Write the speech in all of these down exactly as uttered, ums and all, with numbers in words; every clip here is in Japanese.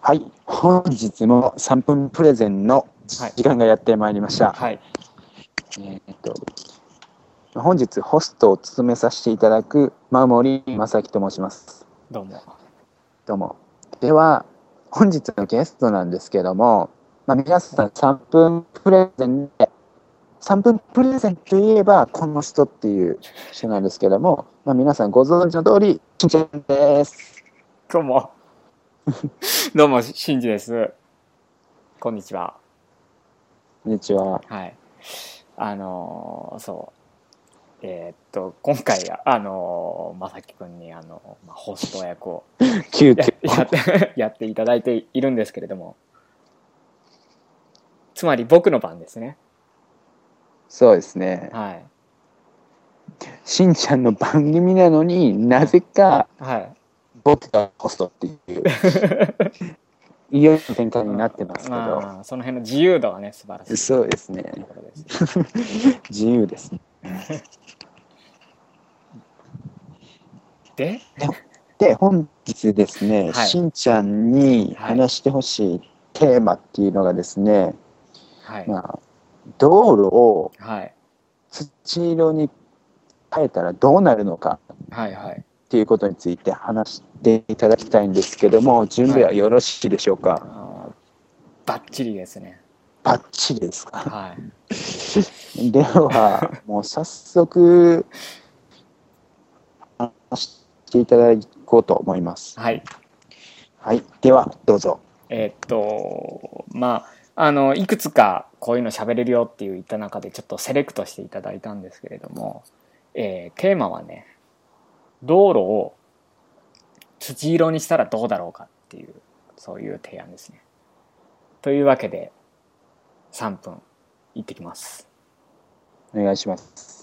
はい、本日もさんぷんプレゼンの時間がやってまいりました。 はい。 えーっと本日ホストを務めさせていただく馬森正樹と申します。 どうも。 どうも。では本日のゲストなんですけども、まあ、皆さんさんぷんプレゼンでさんぷんプレゼンといえばこの人っていう人なんですけども、まあ、皆さんご存知の通りしんちゃんです。 どうも。どうも、しんじです。こんにちは。 こんにちは。 はい。あのー、そう。えーっと、今回、あのー、まさきくんに、あの、まあ、ホスト役を急や遽やってやっていただいているんですけれども、つまり僕の番ですね。 そうですね。 はい。 しんちゃんの番組なのになぜかはい。 僕がホストっていういよいよ展開になってますけど、 まあ、その辺の自由度がね、素晴らしいそうですね。 ところですよ。 自由ですね。 で、 で、本日ですね、 はい。 しんちゃんにはい。 話してほしいテーマっていうのがですね、 はい。 まあ、道路をはい。 土色に変えたらどうなるのかはい。はい。 っていうことについて話していただきたいんですけども、準備はよろしいでしょうか？ あーバッチリですね。 バッチリですか？ はい。 では、もう早速話していただこうと思います。 はい。 はい、ではどうぞ。 えーっと、まあ、あの、いくつかこういうの喋れるよって言った中でちょっとセレクトしていただいたんですけれども、えーテーマはね、道路を土色にしたらどうだろうかっていう、そういう提案ですね。というわけで、さんぷん行ってきます。 お願いします。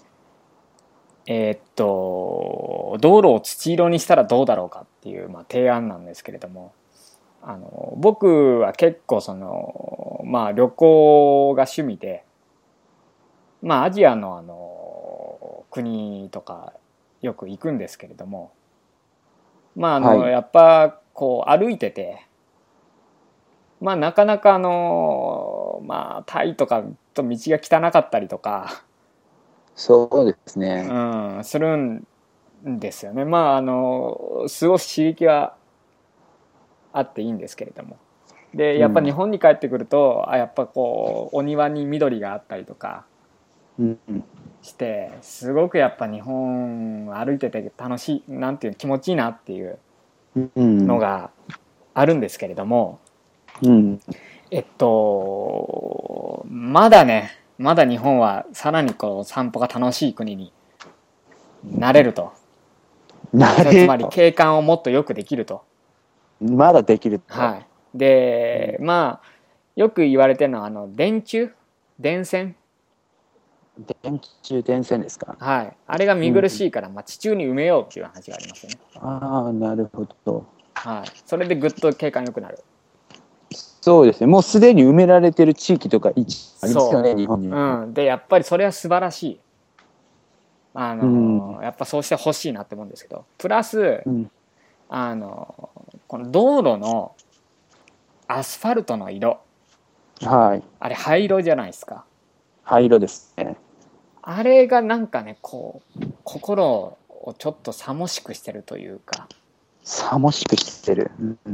えーっと、道路を土色にしたらどうだろうかっていう、まあ、提案なんですけれども、あの僕は結構そのまあ旅行が趣味で、まあアジアのあの国とかよく行くんですけれども、まああはい。 のやっぱこう歩いてて、まあなかなかあのまあタイとかと道が汚かったりとか、 そうですね。 うん、するんですよね。まああの過ごす刺激はあっていいんですけれども。でやっぱうん。 日本に帰ってくると、あやっぱこうお庭に緑があったりとかうん。 してすごくやっぱ日本歩いてて楽しい、なんていう気持ちいいなっていううん。 のがあるんですけれども、 うん。 えっとまだね、まだ日本はさらにこう散歩が楽しい国になれると、 なつれと。 まり景観をもっとよくできると。 まだできると。 はい。でまあよく言われてるのはあの電柱電線、 電柱電線ですか？ はい、あれが見苦うん。 しいから、まあ、地中に埋めようっていう話がありますよね。 ああ、なるほど。 はい、それでぐっと景観良くなる。 そうですね。もうすでに埋められてる地域とか一ありますよそね、日本にう、 も。 うん、でやっぱりそれは素晴らしい。あうん。 のやっぱそうしてほしいなって思うんですけど、プラスうん。 あのこの道路のアスファルトの色、 はい。 あれ灰色じゃないですか。 灰色ですね。 あれがなんかね、こう心をちょっと寂しくしてるというか、 寂しくしてる。うん。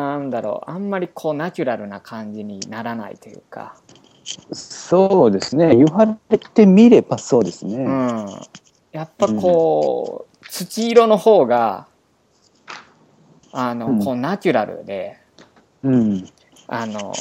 なんだろう、あんまりこうナチュラルな感じにならないというか、 そうですね。言われてみればそうですね。 うん、やっぱこう土色の方があうん。 のこうナチュラルで、 うん。 あの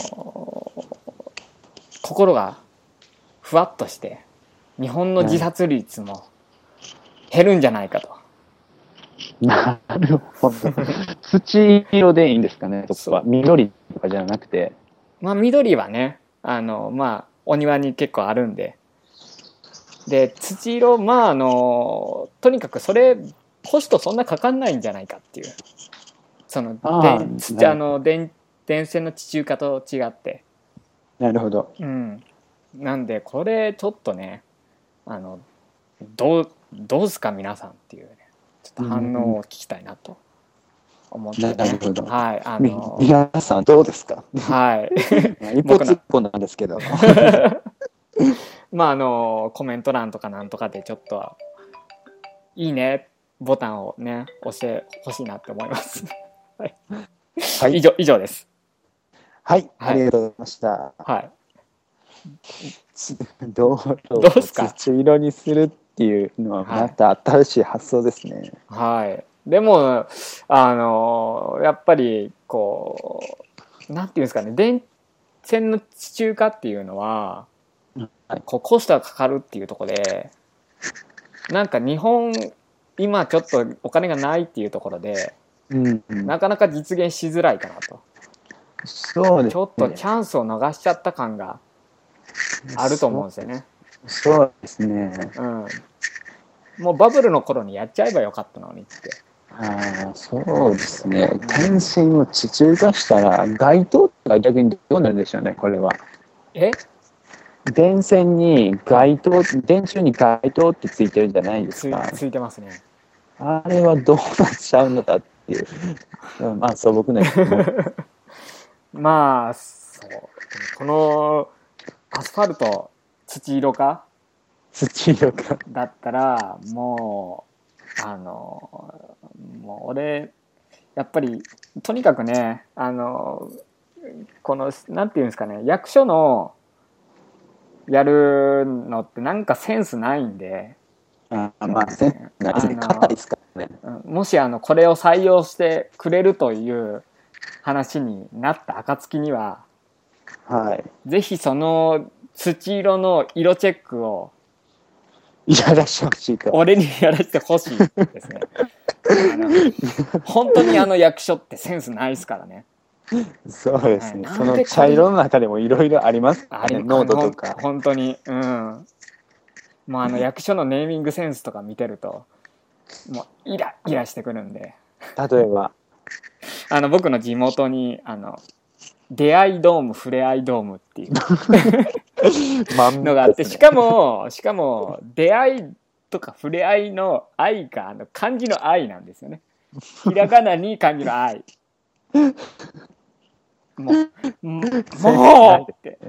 心がふわっとして、日本の自なる殺率も減るんじゃないかと。 なるほど。土色でいいんですかね、そこは。 そ緑とかじゃなくて。 う、まあ緑はね、あのまあお庭に結構あるんで、で土色、まああのとにかくそれコストそんなかかんないんじゃないかっていう、そのああ、 電土あなるの電電線の地中化と違って、 なるほど。 うん、なんでこれちょっとね、あのどうどうすか皆さんっていうね、ちょっとうん、 反応を聞きたいなと。 思ってね。 なるほど。 はい、あみの皆さんどうですか？ はい一歩突っ込んなんですけど。 まああのコメント欄とかなんとかでちょっといいねボタンをね押してほしいなって思います。はい、 はい、 以上以上です。 はい、 はい、 ありがとうございました。 はい。 道路をどうですか？ 土色にするっていうのはまた新しい発想ですね。 はい。はい、でもあのやっぱりこうなんていうんですかね、電線の地中化っていうのは、はい、こうコストがかかるっていうところで、なんか日本今ちょっとお金がないっていうところで、うんうん、なかなか実現しづらいかなと。そうですね、ちょっとチャンスを逃しちゃった感があると思うんですよね。 そうですね、 うん、もうバブルの頃にやっちゃえばよかったのにって。 ああ、そうですね。電線を地中化したら街灯が逆にどうなるんでしょうね、これは。 え？ 電線に街灯、電柱に街灯ってついてるじゃないですか。 つ, ついてますね。 あれはどうなっちゃうのかっていう。まあ素朴な質問。 まあそうこのアスファルト土色化土色化だったらもうあのもう俺やっぱりとにかくね、あのこのなんていうんですかね、役所のやるのってなんかセンスないんで、 あまあセンスないですね、硬いですからね。 もしあのこれを採用してくれるという話になった暁には、 はい、 ぜひその土色の色チェックをやらしてほしいと。 俺にやらせてほしいですね。あの本当にあの役所ってセンスないですからね。 そうですね。その茶色の中でもいろいろありますからね、 濃度とか。 本当に、うん。もうあの役所のネーミングセンスとか見てると、もうイライラしてくるんで。 例えば、 あの僕の地元にあの出会いドーム、触れ合いドームっていうのがあって、しかもしかも出会いとか触れ合いの愛があの漢字の愛なんですよね。ひらがなに漢字の愛。もう、もうって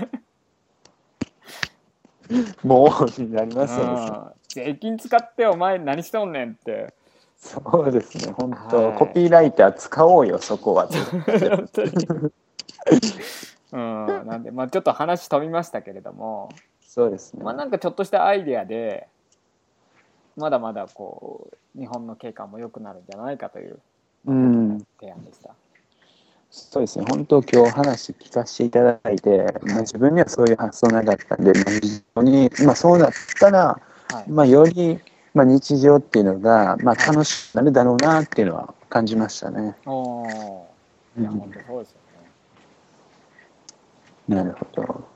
もうになりますよね。 税金使ってお前何しとんねんって。 そうですね、本当、はい、コピーライター使おうよそこは。本当にうん、なんでまあちょっと話飛びましたけれども、 そうですね。 まあなんかちょっとしたアイデアでまだまだこう日本の景観も良くなるんじゃないかという、まあ、提案でした。 そうですね、本当今日話聞かせていただいて、まあ、自分にはそういう発想なかったんで、まあ、非常に、まあ、そうなったら、はい、まあ、より、まあ、日常っていうのが、まあ、楽しくなるだろうなっていうのは感じましたね。 おー、いや、うん、本当そうですよね。なるほど。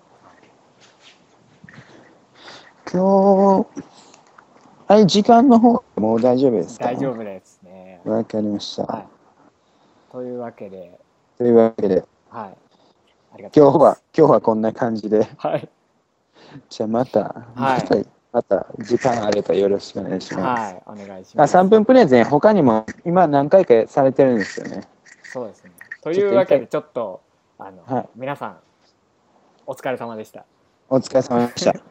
今日、あれ、時間の方もう大丈夫ですか？ 大丈夫ですね。 わかりました。 はい、というわけで。 というわけで、 はい、 ありがとうございます。今日は今日はこんな感じで、 はい、 じゃあまた、 はい、 また、また時間あればよろしくお願いします。 はい、お願いします。 あ、さんぷんプレゼン他にも今何回かされてるんですよね。 そうですね。というわけでちょっとあの、 はい、 皆さんお疲れ様でした。 お疲れ様でした。